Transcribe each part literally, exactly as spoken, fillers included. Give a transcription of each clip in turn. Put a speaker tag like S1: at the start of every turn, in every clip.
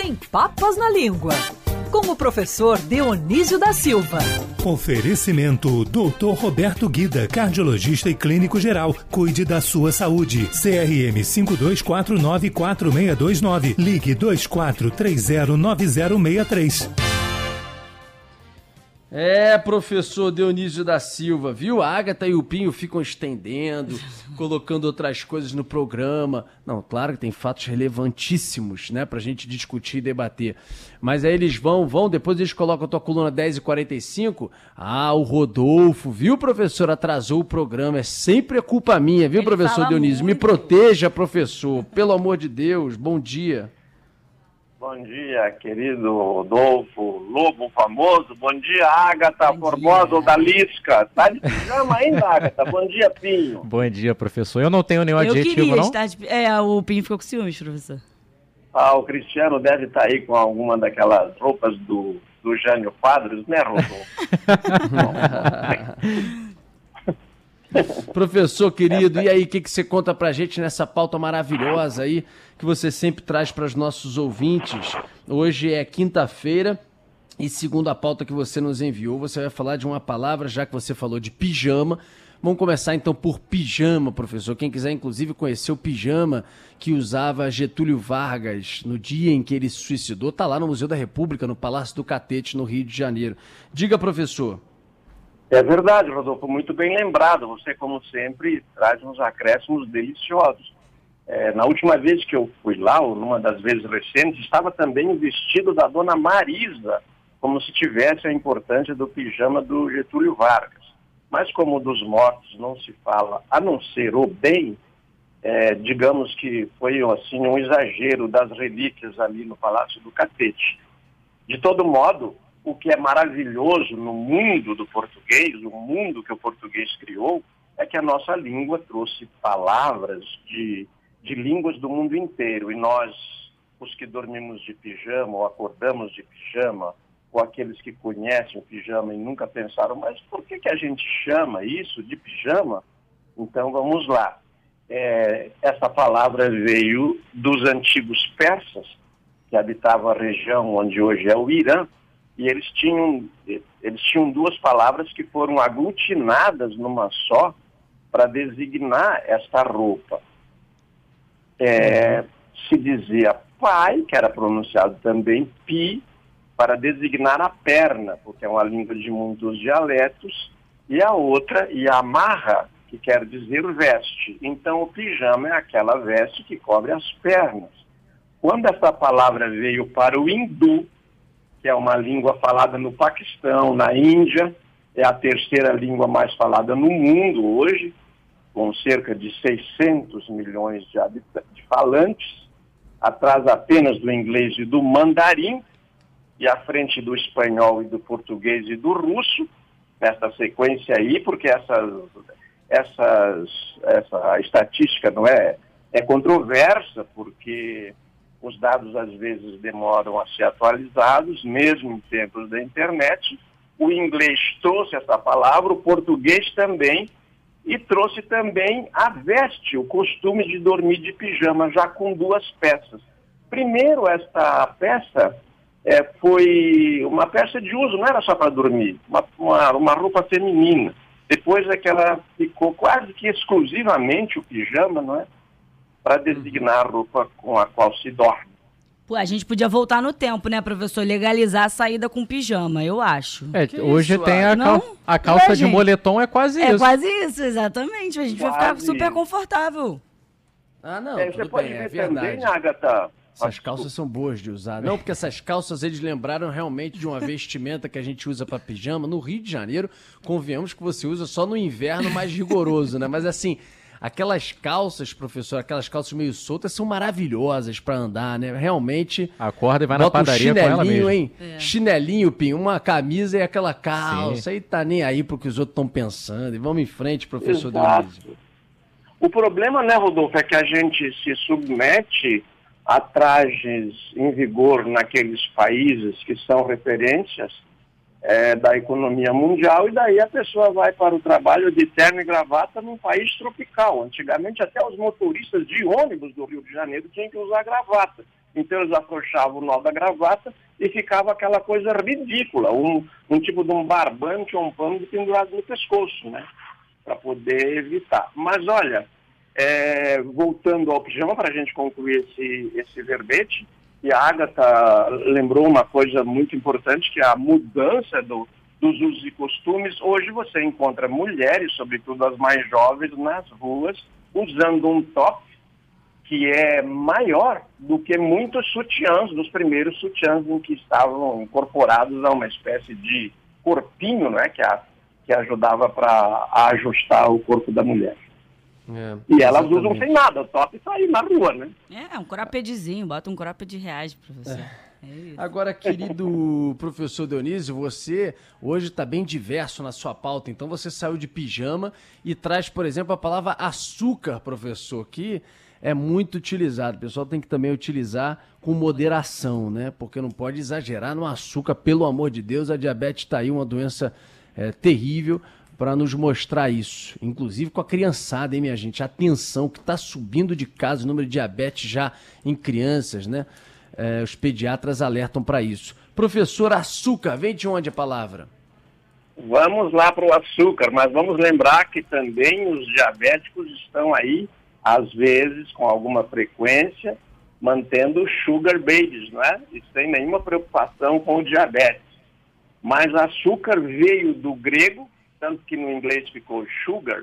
S1: Sem Papas na Língua, com o professor Dionísio da Silva.
S2: Oferecimento doutor Roberto Guida, cardiologista e clínico geral. Cuide da sua saúde. C R M cinco dois quatro nove quatro seis dois nove. Ligue dois quatro três zero nove zero seis três.
S3: É, professor Dionísio da Silva, viu? A Agatha e o Pinho ficam estendendo, colocando outras coisas no programa. Não, claro que tem fatos relevantíssimos, né, pra gente discutir e debater. Mas aí eles vão, vão, depois eles colocam a tua coluna dez e quarenta e cinco. Ah, o Rodolfo, viu, professor? Atrasou o programa. É sempre a culpa minha, viu, Ele professor Dionísio? Muito. Me proteja, professor. Pelo amor de Deus, bom dia.
S4: Bom dia, querido Rodolfo, Lobo famoso. Bom dia, Agatha Formosa ou da Lisca. Tá de pijama ainda, Agatha? Bom dia, Pinho.
S5: Bom dia, professor. Eu não tenho nenhum Eu adjetivo,
S6: queria
S5: não?
S6: Estar de... É, o Pinho ficou com ciúmes, professor.
S4: Ah, o Cristiano deve estar aí com alguma daquelas roupas do, do Jânio Quadros, né, Rodolfo?
S3: Professor querido, e aí, o que, que você conta pra gente nessa pauta maravilhosa aí, que você sempre traz para os nossos ouvintes? Hoje é quinta-feira e segundo a pauta que você nos enviou, você vai falar de uma palavra, já que você falou de pijama. Vamos começar então por pijama, professor. Quem quiser inclusive conhecer o pijama que usava Getúlio Vargas no dia em que ele se suicidou, tá lá no Museu da República, no Palácio do Catete, no Rio de Janeiro. Diga, professor.
S4: É verdade, Rodolfo, muito bem lembrado. Você, como sempre, traz uns acréscimos deliciosos. É, na última vez que eu fui lá, ou numa das vezes recentes, estava também o vestido da dona Marisa, como se tivesse a importância do pijama do Getúlio Vargas. Mas como dos mortos não se fala a não ser o bem, é, digamos que foi assim um exagero das relíquias ali no Palácio do Catete. De todo modo, o que é maravilhoso no mundo do português, o mundo que o português criou, é que a nossa língua trouxe palavras de, de línguas do mundo inteiro. E nós, os que dormimos de pijama ou acordamos de pijama, ou aqueles que conhecem o pijama e nunca pensaram, mas por que, que a gente chama isso de pijama? Então vamos lá. É, essa palavra veio dos antigos persas, que habitavam a região onde hoje é o Irã, e eles tinham, eles tinham duas palavras que foram aglutinadas numa só para designar esta roupa. É, se dizia pai, que era pronunciado também pi, para designar a perna, porque é uma língua de muitos dialetos, e a outra, yamarra, que quer dizer veste. Então o pijama é aquela veste que cobre as pernas. Quando essa palavra veio para o hindu, que é uma língua falada no Paquistão, na Índia, é a terceira língua mais falada no mundo hoje, com cerca de seiscentos milhões de, de falantes, atrás apenas do inglês e do mandarim, e à frente do espanhol e do português e do russo, nessa sequência aí, porque essas, essas, essa estatística não é, é controversa, porque os dados às vezes demoram a ser atualizados, mesmo em tempos da internet. O inglês trouxe essa palavra, o português também, e trouxe também a veste, o costume de dormir de pijama, já com duas peças. Primeiro, esta peça é, foi uma peça de uso, não era só para dormir, uma, uma, uma roupa feminina. Depois é que ela ficou quase que exclusivamente o pijama, não é? Para designar a roupa com a qual se dorme.
S6: Pô, a gente podia voltar no tempo, né, professor? Legalizar a saída com pijama, eu acho.
S5: É,
S3: que
S5: hoje
S3: isso,
S5: tem a,
S6: não?
S5: cal a calça
S6: é,
S5: de
S6: gente.
S5: moletom, é quase
S6: É
S5: isso.
S6: É quase isso, exatamente. A gente
S4: Quase
S6: vai ficar super
S4: isso.
S6: confortável.
S3: Ah, não,
S4: É, você
S3: tudo
S4: pode
S3: bem,
S4: ver
S3: é verdade.
S4: também, Agatha.
S3: Essas calças são boas de usar. Não, porque essas calças eles lembraram realmente de uma vestimenta que a gente usa para pijama. No Rio de Janeiro, convenhamos que você usa só no inverno mais rigoroso, né? Mas assim, aquelas calças, professor, aquelas calças meio soltas são maravilhosas para andar, né? Realmente.
S5: Acorda e vai na padaria
S3: um
S5: com ela mesmo.
S3: Hein?
S6: É.
S3: Chinelinho, Pinho, uma camisa e aquela calça.
S5: Sim.
S3: Aí tá nem aí pro que os outros estão pensando. E vamos em frente, professor
S4: Exato.
S3: Dionísio.
S4: O problema, né, Rodolfo, é que a gente se submete a trajes em vigor naqueles países que são referências é, da economia mundial, e daí a pessoa vai para o trabalho de terno e gravata num país tropical. Antigamente até os motoristas de ônibus do Rio de Janeiro tinham que usar gravata. então eles afrouxavam o nó da gravata e ficava aquela coisa ridícula, um, um tipo de um barbante ou um pano pendurado no pescoço, né? Para poder evitar. Mas olha, é, voltando ao pijama, para a gente concluir esse, esse verbete, e a Agatha lembrou uma coisa muito importante, que é a mudança do, dos usos e costumes. Hoje você encontra mulheres, sobretudo as mais jovens, nas ruas, usando um top que é maior do que muitos sutiãs, dos primeiros sutiãs em que estavam incorporados a uma espécie de corpinho, né, que, a, que ajudava para ajustar o corpo da mulher. É, e elas exatamente. Usam sem nada, o top está aí na rua, né?
S6: É, um croppedzinho, bota um cropped de reais para você. É. É
S3: Agora, querido professor Dionísio, você hoje está bem diverso na sua pauta, então você saiu de pijama e traz, por exemplo, a palavra açúcar, professor, que é muito utilizado. O pessoal tem que também utilizar com moderação, né? Porque não pode exagerar no açúcar, pelo amor de Deus, a diabetes está aí, uma doença é, terrível, para nos mostrar isso, inclusive com a criançada, hein, minha gente? Atenção, que está subindo de casos, o número de diabetes já em crianças, né? É, os pediatras alertam para isso. Professor, açúcar, vem de onde a palavra?
S4: Vamos lá para o açúcar, mas vamos lembrar que também os diabéticos estão aí, às vezes, com alguma frequência, mantendo sugar babies, não é? E sem nenhuma preocupação com o diabetes. Mas açúcar veio do grego, tanto que no inglês ficou sugar,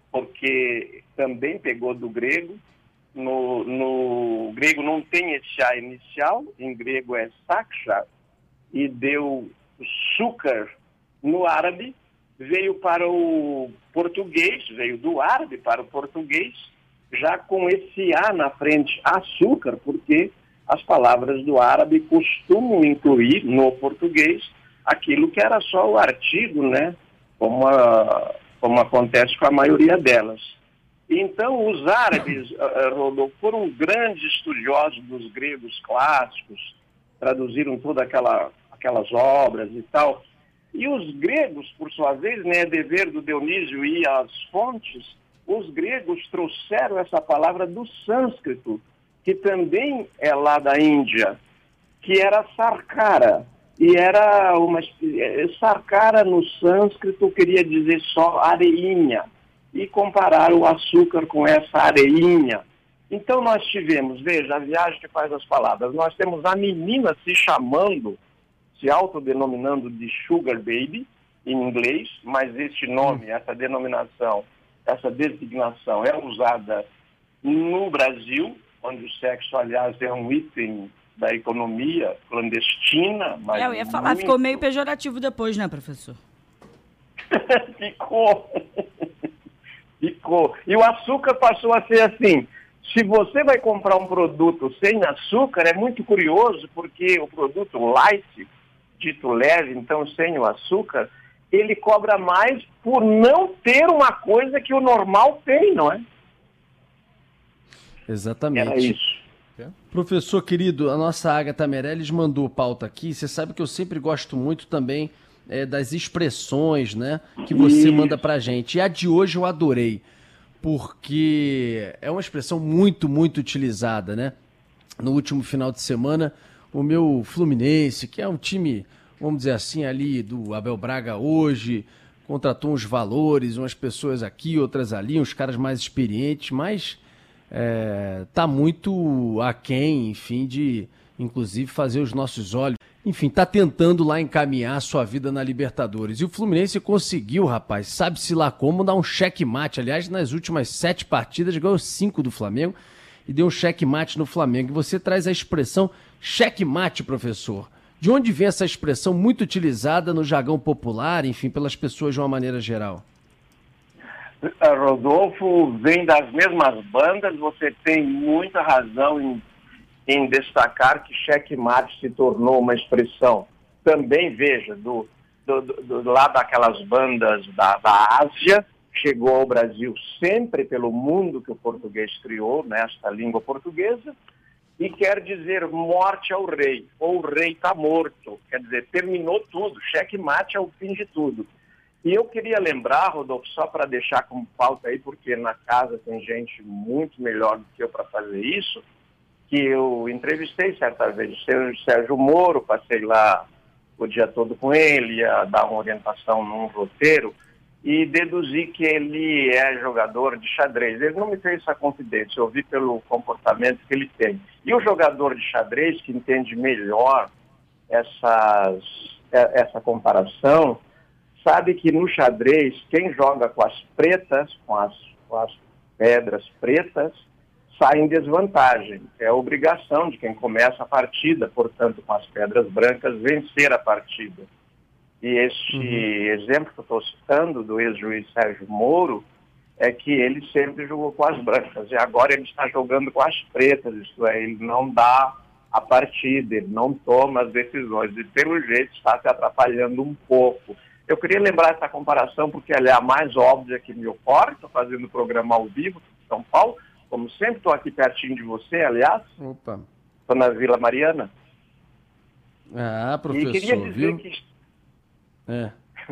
S4: porque também pegou do grego. No, no grego não tem esse A inicial, em grego é saksha, e deu açúcar no árabe, veio para o português, veio do árabe para o português, já com esse A na frente, açúcar, porque as palavras do árabe costumam incluir no português aquilo que era só o artigo, né? Como, a, como acontece com a maioria delas. Então, os árabes, uh, Rodolfo, foram grandes estudiosos dos gregos clássicos, traduziram todas aquela, aquelas obras e tal. E os gregos, por sua vez, né, é dever do Dionísio ir às fontes, os gregos trouxeram essa palavra do sânscrito, que também é lá da Índia, que era sarkara. E era uma... Sarkara no sânscrito queria dizer só areinha. E comparar o açúcar com essa areinha. Então nós tivemos, veja, a viagem que faz as palavras. Nós temos a menina se chamando, se autodenominando de sugar baby, em inglês, mas este nome, essa denominação, essa designação é usada no Brasil, onde o sexo, aliás, é um item da economia clandestina. Mas
S6: é, eu ia falar, muito... ficou meio pejorativo depois, né, professor?
S4: Ficou. Ficou. E o açúcar passou a ser assim. Se você vai comprar um produto sem açúcar, é muito curioso, porque o produto light, dito leve, então sem o açúcar, ele cobra mais por não ter uma coisa que o normal tem, não é?
S3: Exatamente.
S4: Era isso.
S3: Professor querido, a nossa Agatha Meirelles mandou pauta aqui. Você sabe que eu sempre gosto muito também é, das expressões, né, que você manda pra gente. E a de hoje eu adorei, porque é uma expressão muito, muito utilizada, né? No último final de semana, o meu Fluminense, que é um time, vamos dizer assim, ali do Abel Braga hoje, contratou uns valores, umas pessoas aqui, outras ali, uns caras mais experientes, mas... É, tá muito aquém, enfim, de inclusive fazer os nossos olhos, enfim, tá tentando lá encaminhar a sua vida na Libertadores. E o Fluminense conseguiu, rapaz, sabe-se lá como, dar um checkmate. Aliás, nas últimas sete partidas ganhou cinco do Flamengo e deu um checkmate no Flamengo. E você traz a expressão checkmate, professor. De onde vem essa expressão muito utilizada no jargão popular, enfim, pelas pessoas de uma maneira geral?
S4: Rodolfo, vem das mesmas bandas, você tem muita razão em, em destacar que checkmate se tornou uma expressão também, veja, do, do, do, do lá daquelas bandas da, da Ásia, chegou ao Brasil sempre pelo mundo que o português criou, nesta língua portuguesa, e quer dizer morte ao rei, ou o rei está morto, quer dizer, terminou tudo, checkmate é o fim de tudo. E eu queria lembrar, Rodolfo, só para deixar como pauta aí, porque na casa tem gente muito melhor do que eu para fazer isso, que eu entrevistei certa vez, o senhor Sérgio Moro, passei lá o dia todo com ele, ia dar uma orientação num roteiro, e deduzi que ele é jogador de xadrez. Ele não me fez essa confidência, eu vi pelo comportamento que ele tem. E o jogador de xadrez, que entende melhor essas, essa comparação, sabe que no xadrez, quem joga com as pretas, com as, com as pedras pretas, sai em desvantagem. É a obrigação de quem começa a partida, portanto, com as pedras brancas, vencer a partida. E este uhum. exemplo que eu estou citando, do ex-juiz Sérgio Moro, é que ele sempre jogou com as brancas, e agora ele está jogando com as pretas, isto é, ele não dá a partida, ele não toma as decisões, e pelo jeito está se atrapalhando um pouco. Eu queria lembrar essa comparação, porque ela é a mais óbvia que me ocorre, estou fazendo o programa ao vivo em São Paulo, como sempre, estou aqui pertinho de você, aliás.
S3: Opa.
S4: Estou na Vila Mariana.
S3: Ah, professor,
S4: e queria dizer
S3: viu?
S4: Que...
S3: É.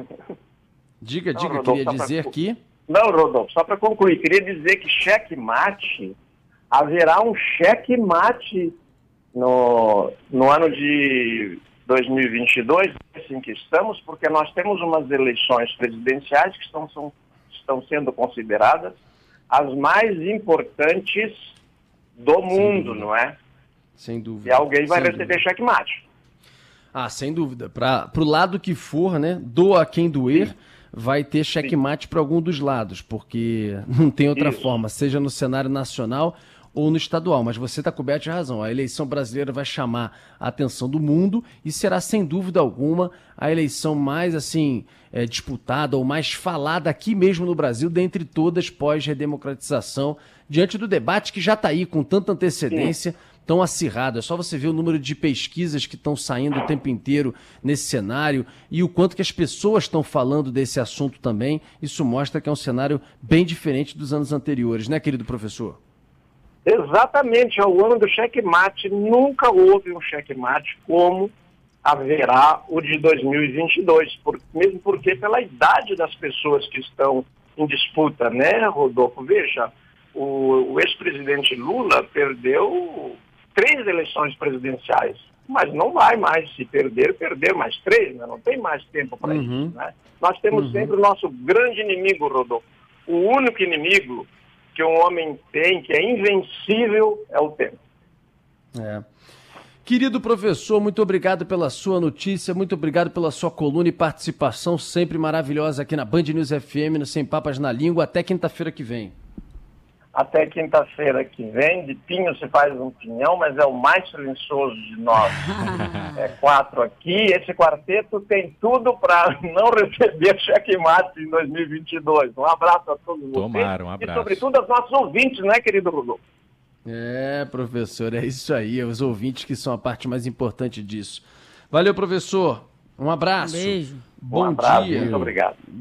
S3: Diga,
S4: Não,
S3: diga,
S4: Rodolfo,
S3: queria dizer
S4: pra...
S3: que...
S4: Não, Rodolfo, só para concluir, queria dizer que checkmate, haverá um checkmate no, no ano de dois mil e vinte e dois, assim que estamos, porque nós temos umas eleições presidenciais que estão, são, estão sendo consideradas as mais importantes do mundo, não é?
S3: Sem dúvida.
S4: E alguém vai
S3: sem
S4: receber
S3: dúvida.
S4: checkmate.
S3: Ah, sem dúvida. Para o lado que for, né? Doa quem doer, Sim. vai ter checkmate para algum dos lados, porque não tem outra Isso. forma, seja no cenário nacional ou no estadual. Mas você está coberto de razão. A eleição brasileira vai chamar a atenção do mundo e será, sem dúvida alguma, a eleição mais assim é, disputada ou mais falada aqui mesmo no Brasil, dentre todas pós-redemocratização, diante do debate que já está aí com tanta antecedência, Sim. tão acirrado. É só você ver o número de pesquisas que estão saindo o tempo inteiro nesse cenário e o quanto que as pessoas estão falando desse assunto também. Isso mostra que é um cenário bem diferente dos anos anteriores, né, querido professor?
S4: Exatamente, é o ano do checkmate. Nunca houve um checkmate como haverá o de dois mil e vinte e dois, por, mesmo porque pela idade das pessoas que estão em disputa, né, Rodolfo? Veja, o, o ex-presidente Lula perdeu três eleições presidenciais, mas não vai mais, se perder, perder mais três, né? Não tem mais tempo para
S3: uhum.
S4: isso, né? Nós temos uhum. sempre o nosso grande inimigo, Rodolfo. O único inimigo que um homem tem, que é invencível, é o tempo.
S3: É. Querido professor, muito obrigado pela sua notícia, muito obrigado pela sua coluna e participação sempre maravilhosa aqui na Band News F M, no Sem Papas na Língua. Até quinta-feira que vem.
S4: Até quinta-feira que vem. De pinho se faz um pinhão, mas é o mais silencioso de nós. É quatro aqui. Esse quarteto tem tudo para não receber checkmate em dois mil e vinte e dois. Um abraço a todos vocês.
S5: Tomara, um abraço.
S4: E sobretudo aos nossos ouvintes, né, querido Rodolfo?
S3: É, professor, é isso aí. Os ouvintes que são a parte mais importante disso. Valeu, professor. Um abraço.
S6: Um beijo.
S3: Bom
S4: um abraço,
S3: dia.
S4: Muito obrigado.